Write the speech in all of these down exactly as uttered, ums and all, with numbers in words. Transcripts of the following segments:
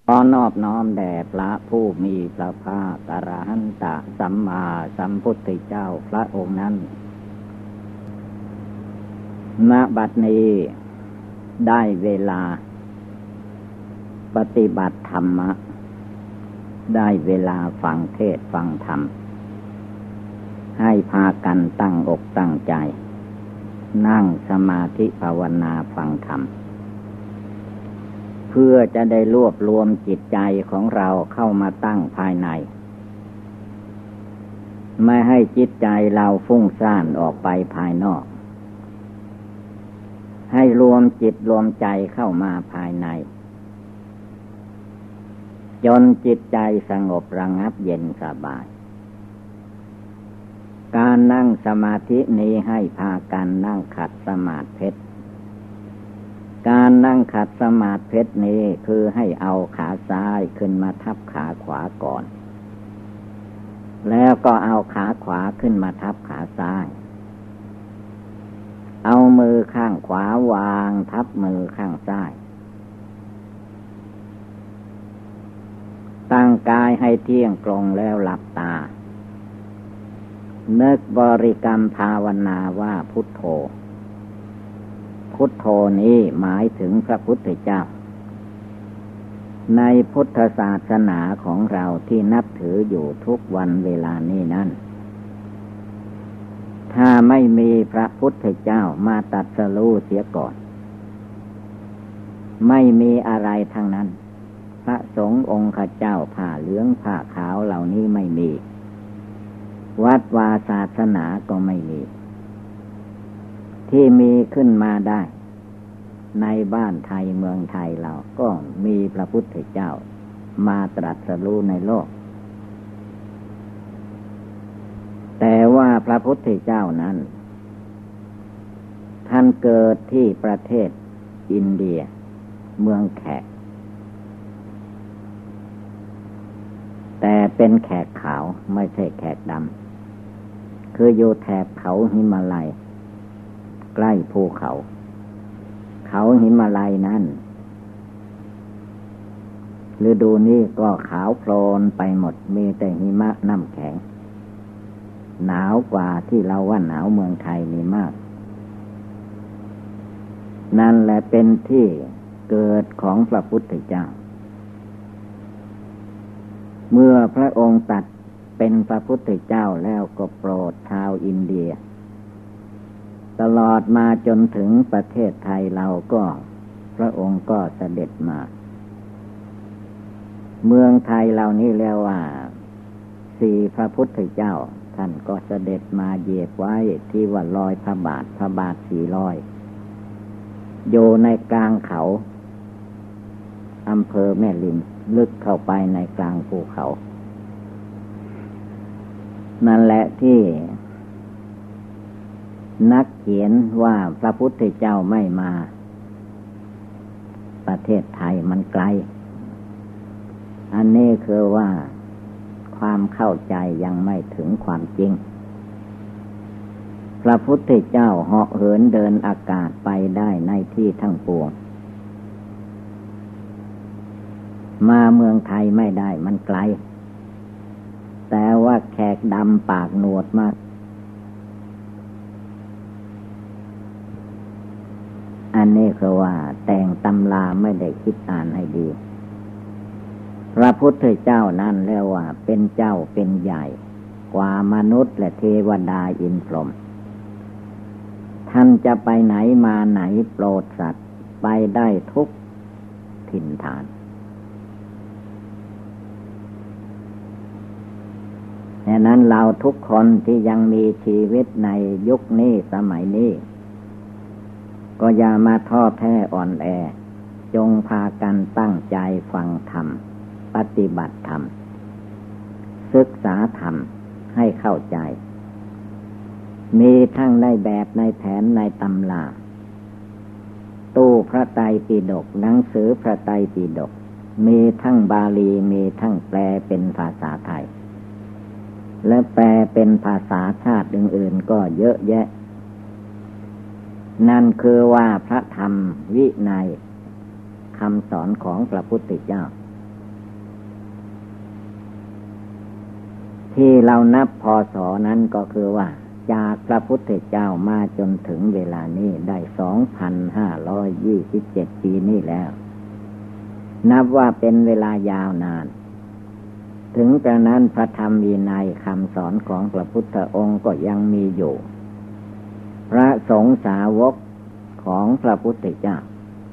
ขอนอบน้อมแด่พระผู้มีพระภาคอรหันตสัมมาสัมพุทธเจ้าพระองค์นั้นณบัดนี้ได้เวลาปฏิบัติธรรมะได้เวลาฟังเทศน์ฟังธรรมให้พากันตั้งอกตั้งใจนั่งสมาธิภาวนาฟังธรรมเพื่อจะได้รวบรวมจิตใจของเราเข้ามาตั้งภายในไม่ให้จิตใจเราฟุ้งซ่านออกไปภายนอกให้รวมจิตรวมใจเข้ามาภายในจนจิตใจสงบระงับเย็นสบายการนั่งสมาธินี้ให้พากันนั่งขัดสมาธิการนั่งขัดสมาธินี้คือให้เอาขาซ้ายขึ้นมาทับขาขวาก่อนแล้วก็เอาขาขวาขึ้นมาทับขาซ้ายเอามือข้างขวาวางทับมือข้างซ้ายตั้งกายให้เที่ยงตรงแล้วหลับตานึกบริกรรมภาวนาว่าพุทโธพุทโธนี้หมายถึงพระพุทธเจ้าในพุทธศาสนาของเราที่นับถืออยู่ทุกวันเวลานี้นั้นถ้าไม่มีพระพุทธเจ้ามาตรัสรู้เสียก่อนไม่มีอะไรทั้งนั้นพระสงฆ์องค์ข้าเจ้าผ้าเหลืองผ้าขาวเหล่านี้ไม่มีวัดวาศาสนาก็ไม่มีที่มีขึ้นมาได้ในบ้านไทยเมืองไทยเราก็มีพระพุทธเจ้ามาตรัสรู้ในโลกแต่ว่าพระพุทธเจ้านั้นท่านเกิดที่ประเทศอินเดียเมืองแขกแต่เป็นแขกขาวไม่ใช่แขกดำคืออยู่แถบเขาหิมาลัยใกล้ภูเขาเขาหิมาลัยนั้นฤดูนี้ก็ขาวโพลนไปหมดมีแต่หิมะน้ำแข็งหนาวกว่าที่เราว่าหนาวเมืองไทยนี่มากนั่นแหละเป็นที่เกิดของพระพุทธเจ้าเมื่อพระองค์ตัดเป็นพระพุทธเจ้าแล้วก็โปรดชาวอินเดียตลอดมาจนถึงประเทศไทยเราก็พระองค์ก็เสด็จมาเมืองไทยเรานี่แล้วว่าสี่พระพุทธเจ้าท่านก็เสด็จมาเหยียบไว้ที่ว่าลอยพระบาทพระบาทสี่ลอยอยู่ในกลางเขาอำเภอแม่ริมลึกเข้าไปในกลางภูเขานั่นแหละที่นักเขียนว่าพระพุทธเจ้าไม่มาประเทศไทยมันไกลอันนี้คือว่าความเข้าใจยังไม่ถึงความจริงพระพุทธเจ้าเหาะเหินเดินอากาศไปได้ในที่ทั้งปวงมาเมืองไทยไม่ได้มันไกลแต่ว่าแขกดำปากหนวดมากอันนี้คือว่าแต่งตำราไม่ได้คิดอ่านให้ดีพระพุทธเจ้านั่นเรียกว่าเป็นเจ้าเป็นใหญ่กว่ามนุษย์และเทวดาอินทร์พรหมท่านจะไปไหนมาไหนโปรดสัตว์ไปได้ทุกถิ่นฐานดังนั้นเราทุกคนที่ยังมีชีวิตในยุคนี้สมัยนี้ก็อย่ามาท้อแท้อ่อนแอจงพากันตั้งใจฟังธรรมปฏิบัติธรรมศึกษาธรรมให้เข้าใจมีทั้งในแบบในแผนในตำราตู้พระไตรปิฎกหนังสือพระไตรปิฎกมีทั้งบาลีมีทั้งแปลเป็นภาษาไทยและแปลเป็นภาษาชาติอื่นๆก็เยอะแยะนั่นคือว่าพระธรรมวินัยคำสอนของพระพุทธเจ้าที่เรานับพศนั้นก็คือว่าจากพระพุทธเจ้ามาจนถึงเวลานี้ได้ สองพันห้าร้อยยี่สิบเจ็ด ปีนี้แล้วนับว่าเป็นเวลายาวนานถึงกระนั้นพระธรรมวินัยคำสอนของพระพุทธองค์ก็ยังมีอยู่พระสงฆ์สาวกของพระพุทธเจ้า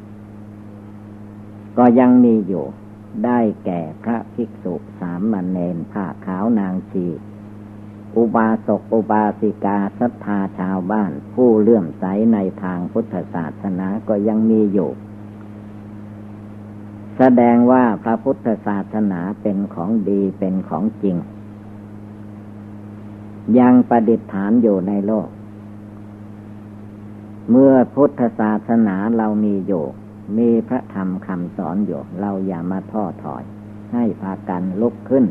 ก็ยังมีอยู่ได้แก่พระภิกษุสามเณรผ้าขาวนางชีอุบาสกอุบาสิกาศรัทธาชาวบ้านผู้เลื่อมใสในทางพุทธศาสนาก็ยังมีอยู่แสดงว่าพระพุทธศาสนาเป็นของดีเป็นของจริงยังประดิษฐานอยู่ในโลกเมื่อพุทธศาสนาเรามีอยู่มีพระธรรมคำสอนอยู่เราอย่ามาท้อถอยให้พากันลุกขึ้น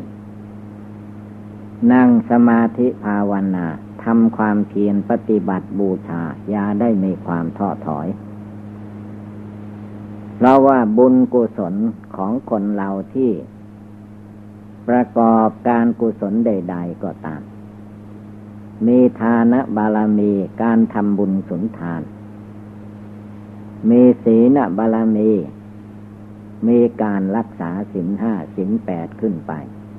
นั่งสมาธิภาวนาทำความเพียรปฏิบัติบูชาอย่าได้มีความท้อถอยเพราะว่าบุญกุศลของคนเราที่ประกอบการกุศลใดๆก็ตามมีทานบารมีการทำบุญสุนทานมีศีลบารมีมีการรักษาศีลห้าศีลแปดขึ้นไป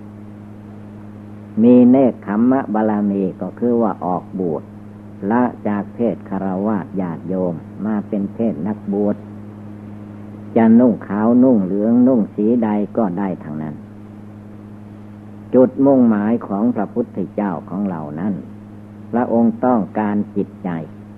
มีเนกขัมมะบารมีก็คือว่าออกบวชละจากเพศฆราวาสญาติโยมมาเป็นเพศนักบวชจะนุ่งขาวนุ่งเหลืองนุ่งสีใดก็ได้ทั้งนั้นจุดมุ่งหมายของพระพุทธเจ้าของเรานั้นพระองค์ต้องการจิตใจ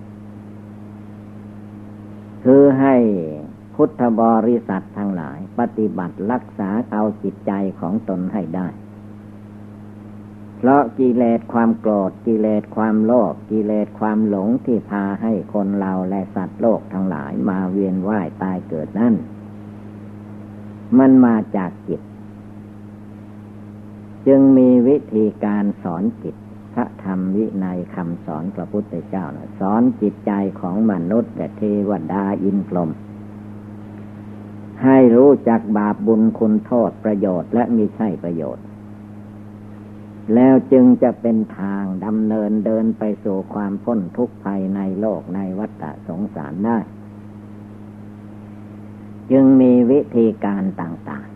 คือให้พุทธบริษัททั้งหลายปฏิบัติรักษาเอาจิตใจของตนให้ได้เพราะกิเลสความโกรธกิเลสความโลภกิเลสความหลงที่พาให้คนเราและสัตว์โลกทั้งหลายมาเวียนว่ายตายเกิดนั้นมันมาจากจิตจึงมีวิธีการสอนจิตพระธรรมวินัยคำสอนพระพุทธเจ้านะสอนจิตใจของมนุษย์และเทวดาอินทร์พรหมให้รู้จักบาปบุญคุณโทษประโยชน์และมิใช่ประโยชน์แล้วจึงจะเป็นทางดำเนินเดินไปสู่ความพ้นทุกข์ภายในโลกในวัฏสงสารได้จึงมีวิธีการต่าง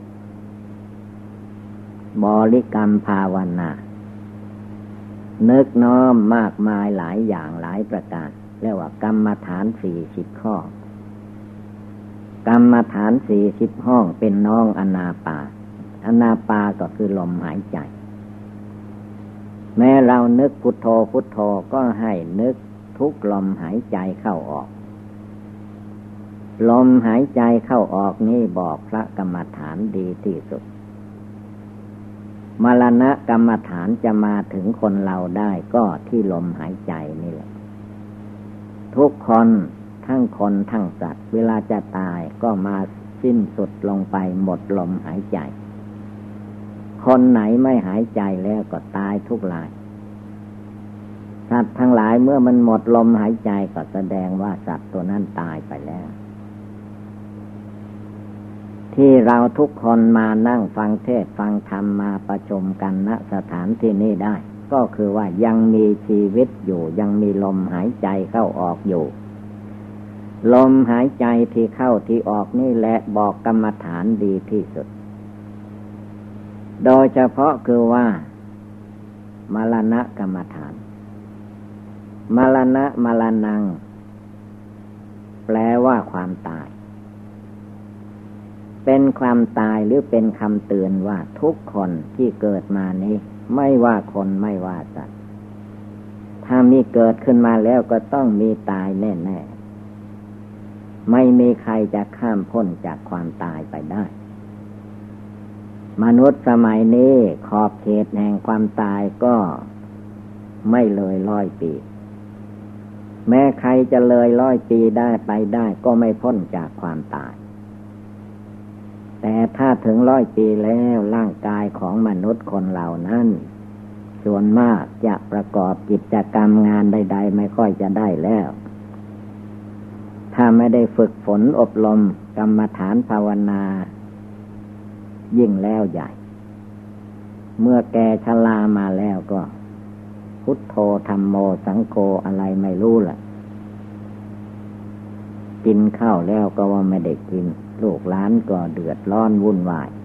ๆบริกรรมภาวนานึกน้อมมากมายหลายอย่างหลายประการเรียกว่ากรรมฐานสี่สิบข้อกรรมฐานสี่สิบห้องเป็นน้องอนาปาอนาปาก็คือลมหายใจแม้เรานึกพุทโธพุทโธก็ให้นึกทุกลมหายใจเข้าออกลมหายใจเข้าออกนี่บอกพระกรรมฐานดีที่สุดมรณะกรรมฐานจะมาถึงคนเราได้ก็ที่ลมหายใจนี่แหละทุกคนทั้งคนทั้งสัตว์เวลาจะตายก็มาสิ้นสุดลงไปหมดลมหายใจคนไหนไม่หายใจแล้วก็ตายทุกรายสัตว์ทั้งหลายเมื่อมันหมดลมหายใจก็แสดงว่าสัตว์ตัวนั้นตายไปแล้วที่เราทุกคนมานั่งฟังเทศน์ฟังธรรมมาประชุมกันณสถานที่นี้ได้ก็คือว่ายังมีชีวิตอยู่ยังมีลมหายใจเข้าออกอยู่ลมหายใจที่เข้าที่ออกนี่แหละบอกกรรมฐานดีที่สุดโดยเฉพาะคือว่ามรณะกรรมฐานมรณะมรณังแปลว่าความตายเป็นความตายหรือเป็นคำเตือนว่าทุกคนที่เกิดมานี้ไม่ว่าคนไม่ว่าสัตว์ถ้ามีเกิดขึ้นมาแล้วก็ต้องมีตายแน่ๆไม่มีใครจะข้ามพ้นจากความตายไปได้มนุษย์สมัยนี้ขอบเขตแห่งความตายก็ไม่เลยร้อยปีแม้ใครจะเลยร้อยปีได้ไปได้ก็ไม่พ้นจากความตายแต่ถ้าถึงร้อยปีแล้วร่างกายของมนุษย์คนเหล่านั้นส่วนมากจะประกอบกิจกรรมงานใดๆไม่ค่อยจะได้แล้วถ้าไม่ได้ฝึกฝนอบรมกรรมฐานภาวนายิ่งแล้วใหญ่เมื่อแก่ชรามาแล้วก็พุทโธธัมโมสังโฆอะไรไม่รู้ล่ะกินข้าวแล้วก็ว่าไม่ได้กินลูกหลานก็เดือดร้อนวุ่นวาย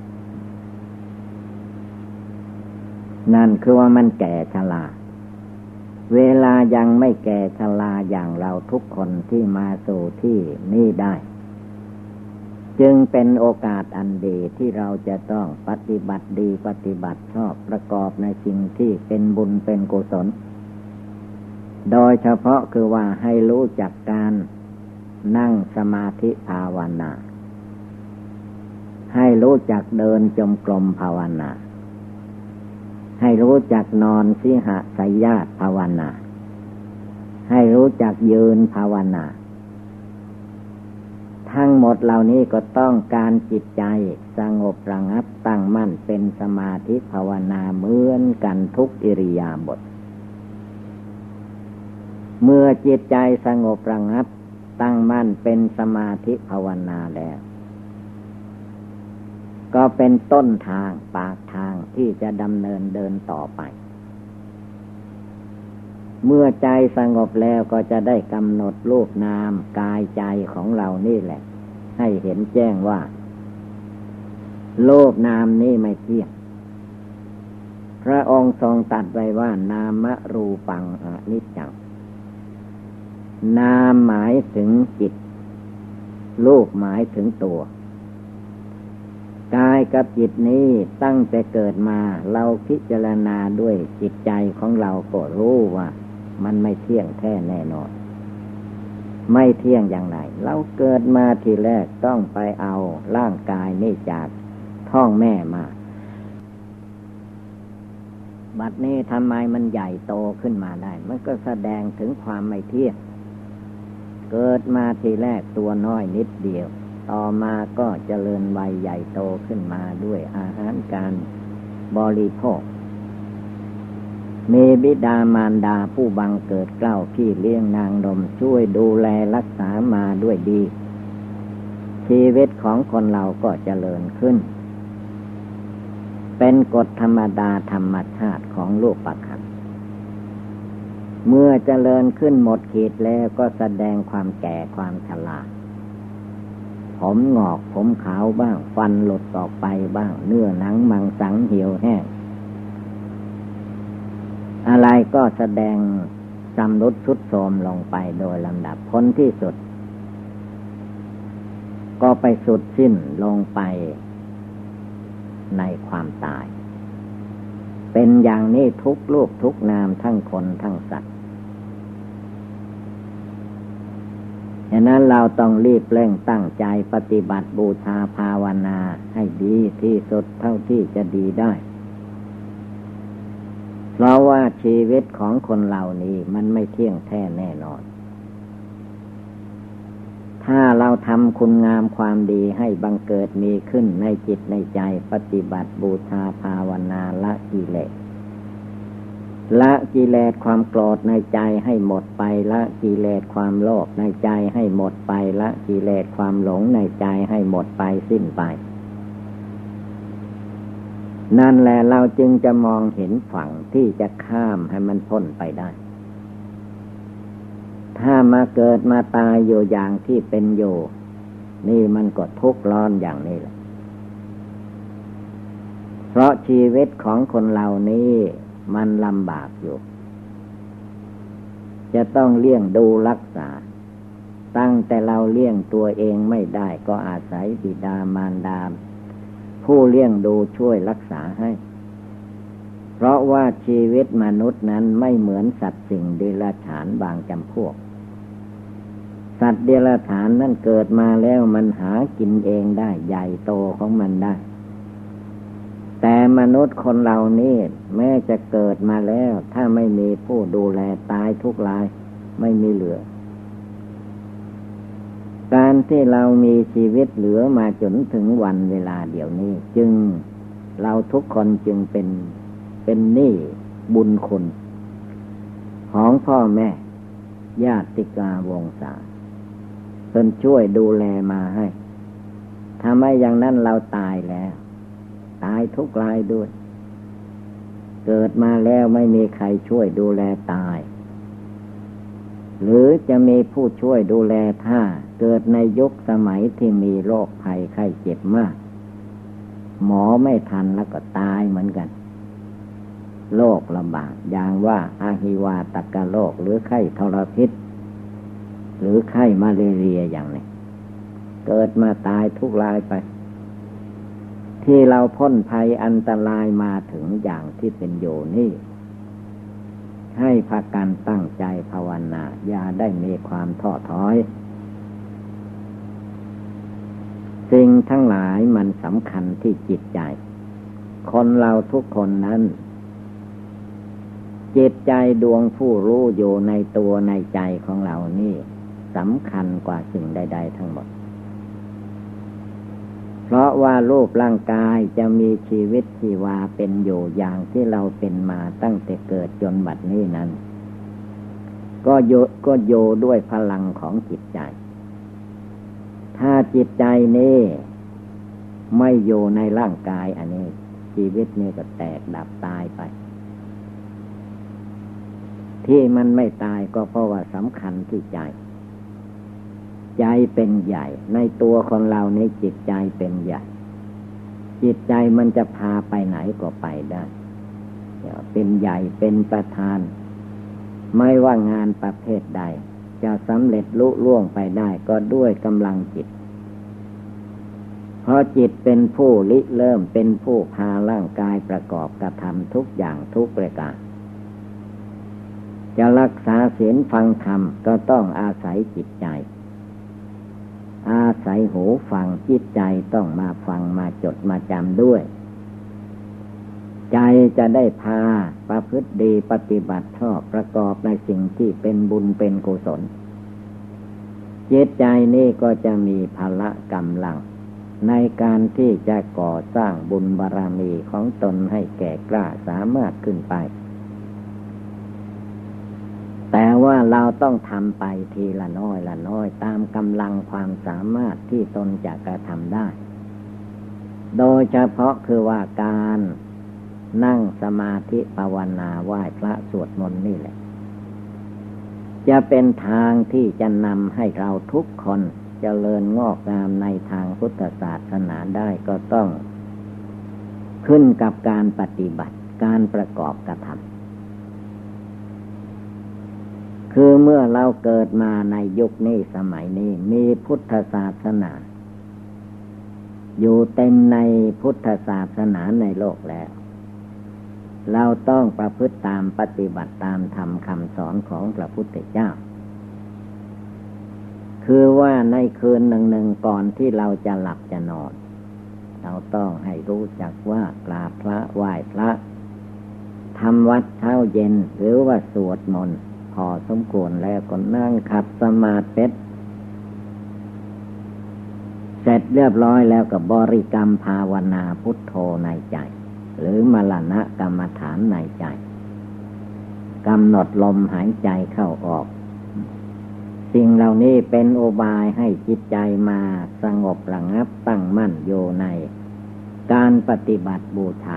นั่นคือว่ามันแก่ชราเวลายังไม่แก่ชราอย่างเราทุกคนที่มาสู่ที่นี่ได้จึงเป็นโอกาสอันดีที่เราจะต้องปฏิบัติดีปฏิบัติชอบประกอบในสิ่งที่เป็นบุญเป็นกุศลโดยเฉพาะคือว่าให้รู้จักการนั่งสมาธิภาวนาให้รู้จักเดินจงกรมภาวนาให้รู้จักนอนสิหสยาตภาวนาให้รู้จักยืนภาวนาทั้งหมดเหล่านี้ก็ต้องการจิตใจสงบระงับตั้งมั่นเป็นสมาธิภาวนาเหมือนกันทุกอิริยาบถเมื่อจิตใจสงบระงับตั้งมั่นเป็นสมาธิภาวนาแล้วก็เป็นต้นทางปากทางที่จะดำเนินเดินต่อไปเมื่อใจสงบแล้วก็จะได้กำหนดรูปนามกายใจของเรานี่แหละให้เห็นแจ้งว่ารูปนามนี่ไม่เที่ยงพระองค์ทรงตรัสไว้ว่านามรูปังอนิจจังนามหมายถึงจิตรูปหมายถึงตัวกายกับจิตนี้ตั้งแต่เกิดมาเราพิจารณาด้วยจิตใจของเราก็รู้ว่ามันไม่เที่ยงแท้แน่นอนไม่เที่ยงอย่างไรเราเกิดมาทีแรกต้องไปเอาร่างกายนี่จากท้องแม่มาบัดนี้ทำไมมันใหญ่โตขึ้นมาได้มันก็แสดงถึงความไม่เที่ยงเกิดมาทีแรกตัวน้อยนิดเดียวต่อมาก็เจริญวัยใหญ่โตขึ้นมาด้วยอาหารการบริโภคมีบิดามารดาผู้บังเกิดเกล้าพี่เลี้ยงนางนมช่วยดูแลรักษามาด้วยดีชีวิตของคนเราก็เจริญขึ้นเป็นกฎธรรมดาธรรมชาติของโลกประคันเมื่อเจริญขึ้นหมดขีดแล้วก็แสดงความแก่ความชราผมงอกผมขาวบ้างฟันหลุดออกไปบ้างเนื้อหนังมังสังเหี่ยวแห้งอะไรก็แสดงสำรุดทรุดโทรมลงไปโดยลำดับผลที่สุดก็ไปสุดสิ้นลงไปในความตายเป็นอย่างนี้ทุกรูปทุกนามทั้งคนทั้งสัตว์ฉะนั้นเราต้องรีบเร่งตั้งใจปฏิบัติบูชาภาวนาให้ดีที่สุดเท่าที่จะดีได้เพราะว่าชีวิตของคนเหล่านี้มันไม่เที่ยงแท้แน่นอนถ้าเราทำคุณงามความดีให้บังเกิดมีขึ้นในจิตในใจปฏิบัติบูชาภาวนาละกิเลสละกิเลสความโกรธในใจให้หมดไปละกิเลสความโลภในใจให้หมดไปละกิเลสความหลงในใจให้หมดไปสิ้นไปนั่นแหละเราจึงจะมองเห็นฝั่งที่จะข้ามให้มันพ้นไปได้ถ้ามาเกิดมาตายอยู่อย่างที่เป็นอยู่นี่มันก็ทุกข์ร้อนอย่างนี้แหละเพราะชีวิตของคนเหล่านี้มันลำบากอยู่จะต้องเลี้ยงดูรักษาตั้งแต่เราเลี้ยงตัวเองไม่ได้ก็อาศัยบิดามารดาผู้เลี้ยงดูช่วยรักษาให้เพราะว่าชีวิตมนุษย์นั้นไม่เหมือนสัตว์สิ่งเดรัจฉานบางจำพวกสัตว์เดรัจฉานนั่นเกิดมาแล้วมันหากินเองได้ใหญ่โตของมันได้แต่มนุษย์คนเรานี่แม้จะเกิดมาแล้วถ้าไม่มีผู้ดูแลตายทุกรายไม่มีเหลือการที่เรามีชีวิตเหลือมาจนถึงวันเวลาเดี๋ยวนี้จึงเราทุกคนจึงเป็นเป็นหนี้บุญคุณของพ่อแม่ญาติกาวงศาเพิ่นช่วยดูแลมาให้ถ้าไม่อย่างนั้นเราตายแล้วตายทุกรายด้วยเกิดมาแล้วไม่มีใครช่วยดูแลตายหรือจะมีผู้ช่วยดูแลถ้าเกิดในยุคสมัยที่มีโรคภัยไข้เจ็บมากหมอไม่ทันแล้วก็ตายเหมือนกันโรคลำบากอย่างว่าอาหิวาตกโรคหรือไข้ทรพิษหรือไข้มาเลเรียอย่างนี้เกิดมาตายทุกรายไปที่เราพ้นภัยอันตรายมาถึงอย่างที่เป็นอยู่นี่ให้พากันตั้งใจภาวนาอย่าได้มีความท้อถอยสิ่งทั้งหลายมันสำคัญที่จิตใจคนเราทุกคนนั้นจิตใจดวงผู้รู้อยู่ในตัวในใจของเรานี่สำคัญกว่าสิ่งใดๆทั้งหมดเพราะว่ารูปร่างกายจะมีชีวิตชีวาเป็นอยู่อย่างที่เราเป็นมาตั้งแต่เกิดจนบัดนี้นั้นก็โยก็โยด้วยพลังของจิตใจถ้าจิตใจนี้ไม่อยู่ในร่างกายอันนี้ชีวิตนี้ก็แตกดับตายไปที่มันไม่ตายก็เพราะว่าสำคัญที่ใจใจเป็นใหญ่ในตัวคนเราในจิตใจเป็นใหญ่จิตใจมันจะพาไปไหนก็ไปได้เป็นใหญ่เป็นประธานไม่ว่างานประเภทใดจะสำเร็จลุล่วงไปได้ก็ด้วยกำลังจิตเพราะจิตเป็นผู้ริเริ่มเป็นผู้พาร่างกายประกอบกระทำทุกอย่างทุกประการจะรักษาศีลฟังธรรมก็ต้องอาศัยจิตใจอาศัยหูฟังจิตใจต้องมาฟังมาจดมาจำด้วยใจจะได้พาประพฤติดีปฏิบัติชอบประกอบในสิ่งที่เป็นบุญเป็นกุศลจิตใจนี่ก็จะมีพละกำลังในการที่จะก่อสร้างบุญบารมีของตนให้แก่กล้าสามารถขึ้นไปแต่ว่าเราต้องทำไปทีละน้อยละน้อยตามกำลังความสามารถที่ตนจะกระทำได้โดยเฉพาะคือว่าการนั่งสมาธิภาวนาไหว้พระสวดมนต์นี่แหละจะเป็นทางที่จะนำให้เราทุกคนเจริญงอกงามในทางพุทธศาสนาได้ก็ต้องขึ้นกับการปฏิบัติการประกอบกระทำคือเมื่อเราเกิดมาในยุคนี้สมัยนี้มีพุทธศาสนาอยู่เต็มในพุทธศาสนาในโลกแล้วเราต้องประพฤติตามปฏิบัติตามธรรมคำสอนของพระพุทธเจ้าคือว่าในคืนหนึ่งๆก่อนที่เราจะหลับจะนอนเราต้องให้รู้จักว่ากราบพระไหว้พระทำวัดเช้าเย็นหรือว่าสวดมนต์พอสมควรแล้วก็นั่งขัดสมาธิเสร็จเรียบร้อยแล้วก็บริกรรมภาวนาพุทโธในใจหรือมรณะกรรมฐานในใจกำหนดลมหายใจเข้าออกสิ่งเหล่านี้เป็นอุบายให้จิตใจมาสงบระงับตั้งมั่นอยู่ในการปฏิบัติบูชา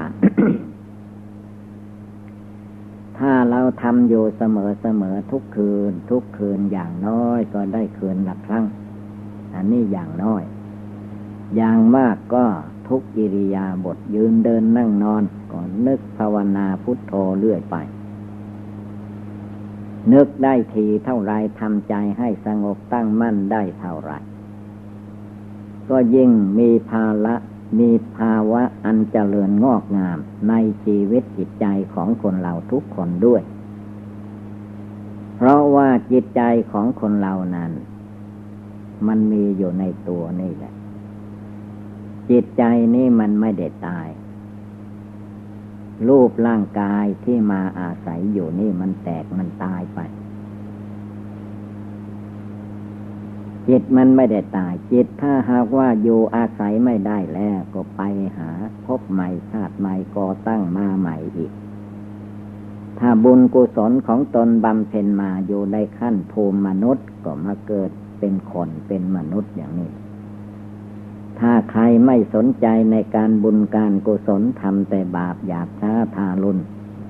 ถ้าเราทำอยู่เสมอๆทุกคืนทุกคืนอย่างน้อยก็ได้คืนละครั้งอันนี้อย่างน้อยอย่างมากก็ทุกอิริยาบถยืนเดินนั่งนอนก็นึกภาวนาพุทโธเรื่อยไปนึกได้ทีเท่าไรทำใจให้สงบตั้งมั่นได้เท่าไรก็ยิ่งมีภาละมีภาวะอันเจริญงอกงามในชีวิตจิตใจของคนเราทุกคนด้วยเพราะว่าจิตใจของคนเรานั้นมันมีอยู่ในตัวนี่แหละจิตใจนี่มันไม่ได้ตายรูปร่างกายที่มาอาศัยอยู่นี่มันแตกมันตายไปจิตมันไม่ได้ตายจิตถ้าหากว่าอยู่อาศัยไม่ได้แล้วก็ไปหาพบใหม่ชาติใหม่ก่อตั้งมาใหม่อีกถ้าบุญกุศลของตนบำเพ็ญมาอยู่ในขั้นภูมิมนุษย์ก็มาเกิดเป็นคนเป็นมนุษย์อย่างนี้ถ้าใครไม่สนใจในการบุญการกุศลทำแต่บาปหยาบช้าทารุณ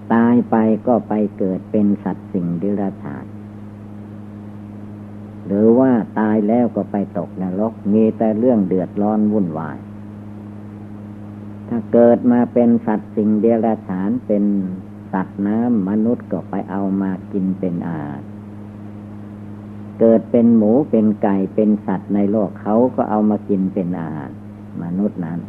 ตายไปก็ไปเกิดเป็นสัตว์สิ่งเดรัจฉานหรือว่าตายแล้วก็ไปตกนรกมีแต่เรื่องเดือดร้อนวุ่นวายถ้าเกิดมาเป็นสัตว์สิ่งเดรัจฉานเป็นสัตว์น้ำมนุษย์ก็ไปเอามากินเป็นอาหารเกิดเป็นหมูเป็นไก่เป็นสัตว์ในโลกเขาก็เอามากินเป็นอาหารมนุษย์นั้น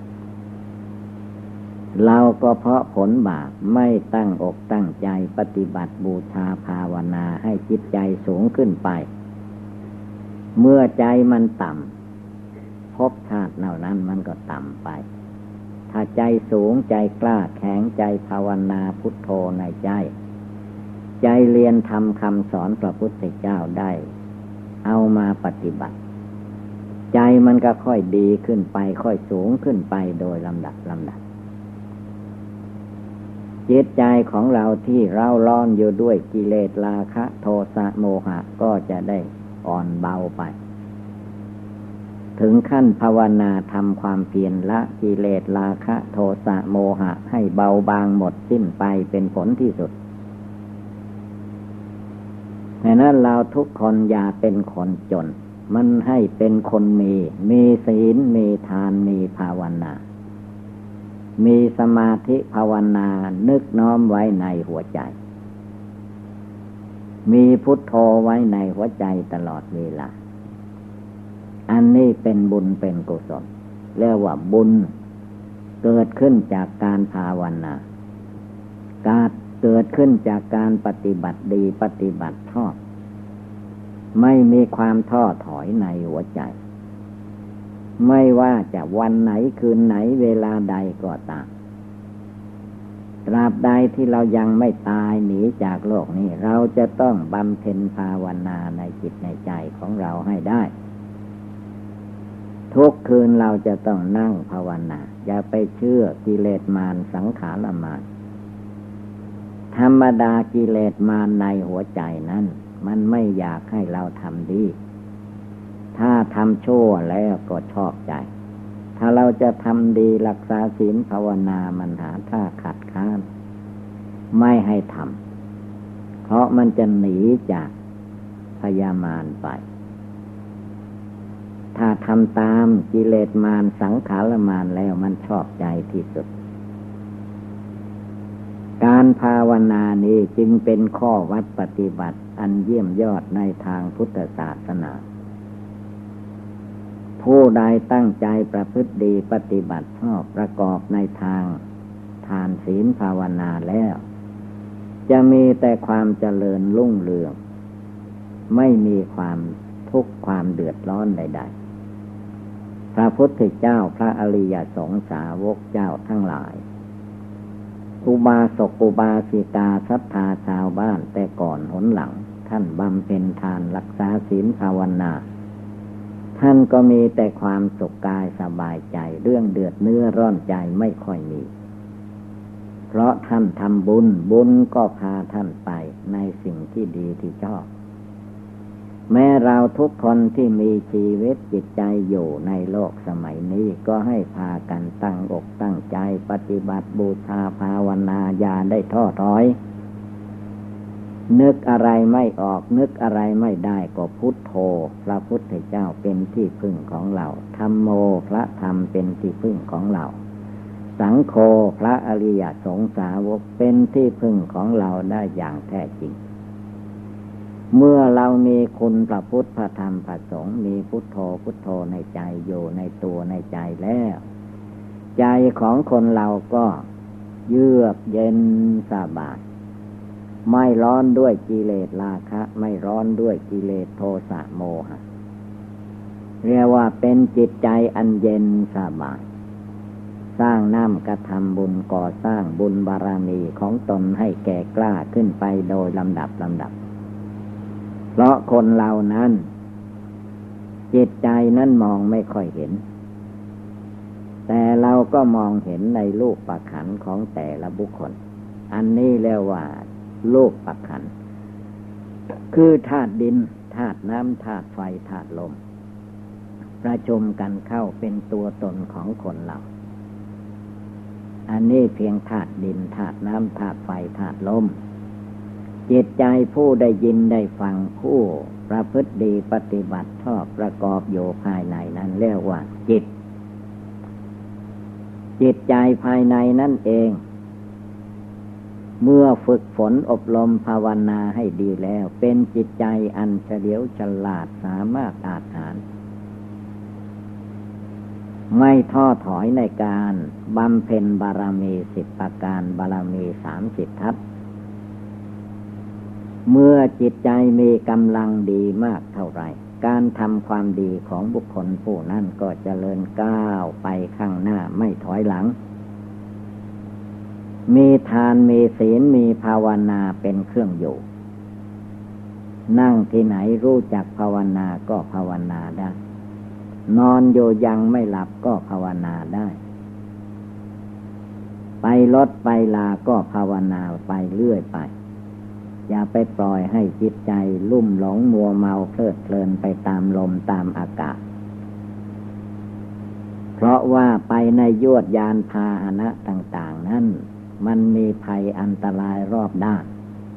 เราก็เพราะผลบาปไม่ตั้งอกตั้งใจปฏิบัติบูชาภาวนาให้จิตใจสูงขึ้นไปเมื่อใจมันต่ำภพชาติเหล่านั้นมันก็ต่ำไปถ้าใจสูงใจกล้าแข็งใจภาวนาพุทโธในใจใจเรียนทำคำสอนพระพุทธเจ้าได้เอามาปฏิบัติใจมันก็ค่อยดีขึ้นไปค่อยสูงขึ้นไปโดยลำดับลำดับจิตใจของเราที่เร่าร้อนอยู่ด้วยกิเลสราคะโทสะโมหะก็จะได้อ่อนเบาไปถึงขั้นภาวนาทำความเพียรละกิเลสราคะโทสะโมหะให้เบาบางหมดสิ้นไปเป็นผลที่สุดดังนั้นเราทุกคนอย่าเป็นคนจนมันให้เป็นคนมีมีศีลมีทานมีภาวนามีสมาธิภาวนานึกน้อมไว้ในหัวใจมีพุทโธไว้ในหัวใจตลอดเวลาอันนี้เป็นบุญเป็นกุศลเรียกว่าบุญเกิดขึ้นจากการภาวนาการเกิดขึ้นจากการปฏิบัติดีปฏิบัติชอบไม่มีความท้อถอยในหัวใจไม่ว่าจะวันไหนคืนไหนเวลาใดก็ตามตราบใดที่เรายังไม่ตายหนีจากโลกนี้เราจะต้องบำเพ็ญภาวนาในจิตในใจของเราให้ได้ทุกคืนเราจะต้องนั่งภาวนาอย่าไปเชื่อกิเลสมารสังขารมารธรรมดากิเลสมารในหัวใจนั้นมันไม่อยากให้เราทำดีถ้าทำชั่วแล้วก็ชอบใจถ้าเราจะทำดีรักษาศีลภาวนามันหาท่าขัดข้านไม่ให้ทำเพราะมันจะหนีจากพยามารไปถ้าทำตามกิเลสมารสังขารมารแล้วมันชอบใจที่สุดการภาวนานี้จึงเป็นข้อวัดปฏิบัติอันเยี่ยมยอดในทางพุทธศาสนาผู้ใดตั้งใจประพฤติดีปฏิบัติชอบประกอบในทางทานศีลภาวนาแล้วจะมีแต่ความเจริญรุ่งเรืองไม่มีความทุกข์ความเดือดร้อนใดๆพระพุทธเจ้าพระอริยสงฆ์สาวกเจ้าทั้งหลายอุบาสกอุบาสิกาศรัทธาชาวบ้านแต่ก่อนหนหลังท่านบำเพ็ญทานรักษาศีลภาวนาท่านก็มีแต่ความสุขกายสบายใจเรื่องเดือดเนื้อร้อนใจไม่ค่อยมีเพราะท่านทำบุญบุญก็พาท่านไปในสิ่งที่ดีที่ชอบแม้เราทุกคนที่มีชีวิตจิตใจอยู่ในโลกสมัยนี้ก็ให้พากันตั้งอกตั้งใจปฏิบัติบูชาภาวนาอย่าได้ท้อถอยนึกอะไรไม่ออกนึกอะไรไม่ได้ก็พุทโธพระพุทธเจ้าเป็นที่พึ่งของเราธัมโมพระธรรมเป็นที่พึ่งของเราสังโฆพระอริยสงฆ์สาวกเป็นที่พึ่งของเราได้อย่างแท้จริงเมื่อเรามีคุณพระพุทธพระธรรมพระสงฆ์มีพุทโธพุทโธในใจอยู่ในตัวในใจแล้วใจของคนเราก็เยือกเย็นสบายไม่ร้อนด้วยกิเลสราคะไม่ร้อนด้วยกิเลสโทสะโมหะเรียกว่าเป็นจิตใจอันเย็นสบายสร้างน้ำกระทำบุญก่อสร้างบุญบารมีของตนให้แก่กล้าขึ้นไปโดยลำดับลำดับเพราะคนเรานั้นจิตใจนั้นมองไม่ค่อยเห็นแต่เราก็มองเห็นในรูปประขันของแต่ละบุคคลอันนี้เรียกว่ารูปประขันคือธาตุดินธาตุน้ำธาตุไฟธาตุลมประชุมกันเข้าเป็นตัวตนของคนเราอันนี้เพียงธาตุดินธาตุน้ำธาตุไฟธาตุลมจิตใจผู้ได้ยินได้ฟังผู้ประพฤติดีปฏิบัติชอบประกอบอยู่ภายในนั้นเรียกว่าจิตจิตใจภายในนั่นเองเมื่อฝึกฝนอบรมภาวนาให้ดีแล้วเป็นจิตใจอันเฉลียวฉลาดสามารถอาจหารไม่ท้อถอยในการบำเพ็ญบารมีสิบประการบารมีสามสิบทัศเมื่อจิตใจมีกำลังดีมากเท่าไรการทำความดีของบุคคลผู้นั้นก็เจริญก้าวไปข้างหน้าไม่ถอยหลังมีทานมีศีลมีภาวนาเป็นเครื่องอยู่นั่งที่ไหนรู้จักภาวนาก็ภาวนาได้นอนอยู่ยังไม่หลับก็ภาวนาได้ไปรถไปลาก็ภาวนาไปเรื่อยไปอย่าไปปล่อยให้จิตใจลุ่มหลงมัวเมาเพลิดเพลินไปตามลมตามอากาศเพราะว่าไปในยวดยานพาหนะต่างๆนั้นมันมีภัยอันตรายรอบด้าน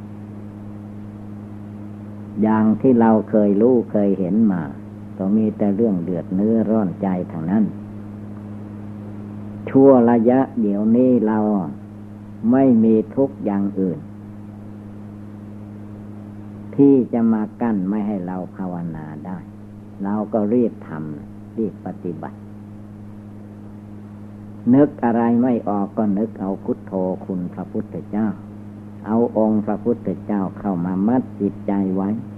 อย่างที่เราเคยรู้เคยเห็นมาก็มีแต่เรื่องเดือดเนื้อร้อนใจทางนั้นชั่วระยะเดี๋ยวนี้เราไม่มีทุกอย่างอื่นที่จะมากั้นไม่ให้เราภาวนาได้เราก็รีบทำรีบปฏิบัตินึกอะไรไม่ออกก็นึกเอาพุทโธคุณพระพุทธเจ้าเอาองค์พระพุทธเจ้าเข้ามามัดจิตใจไว้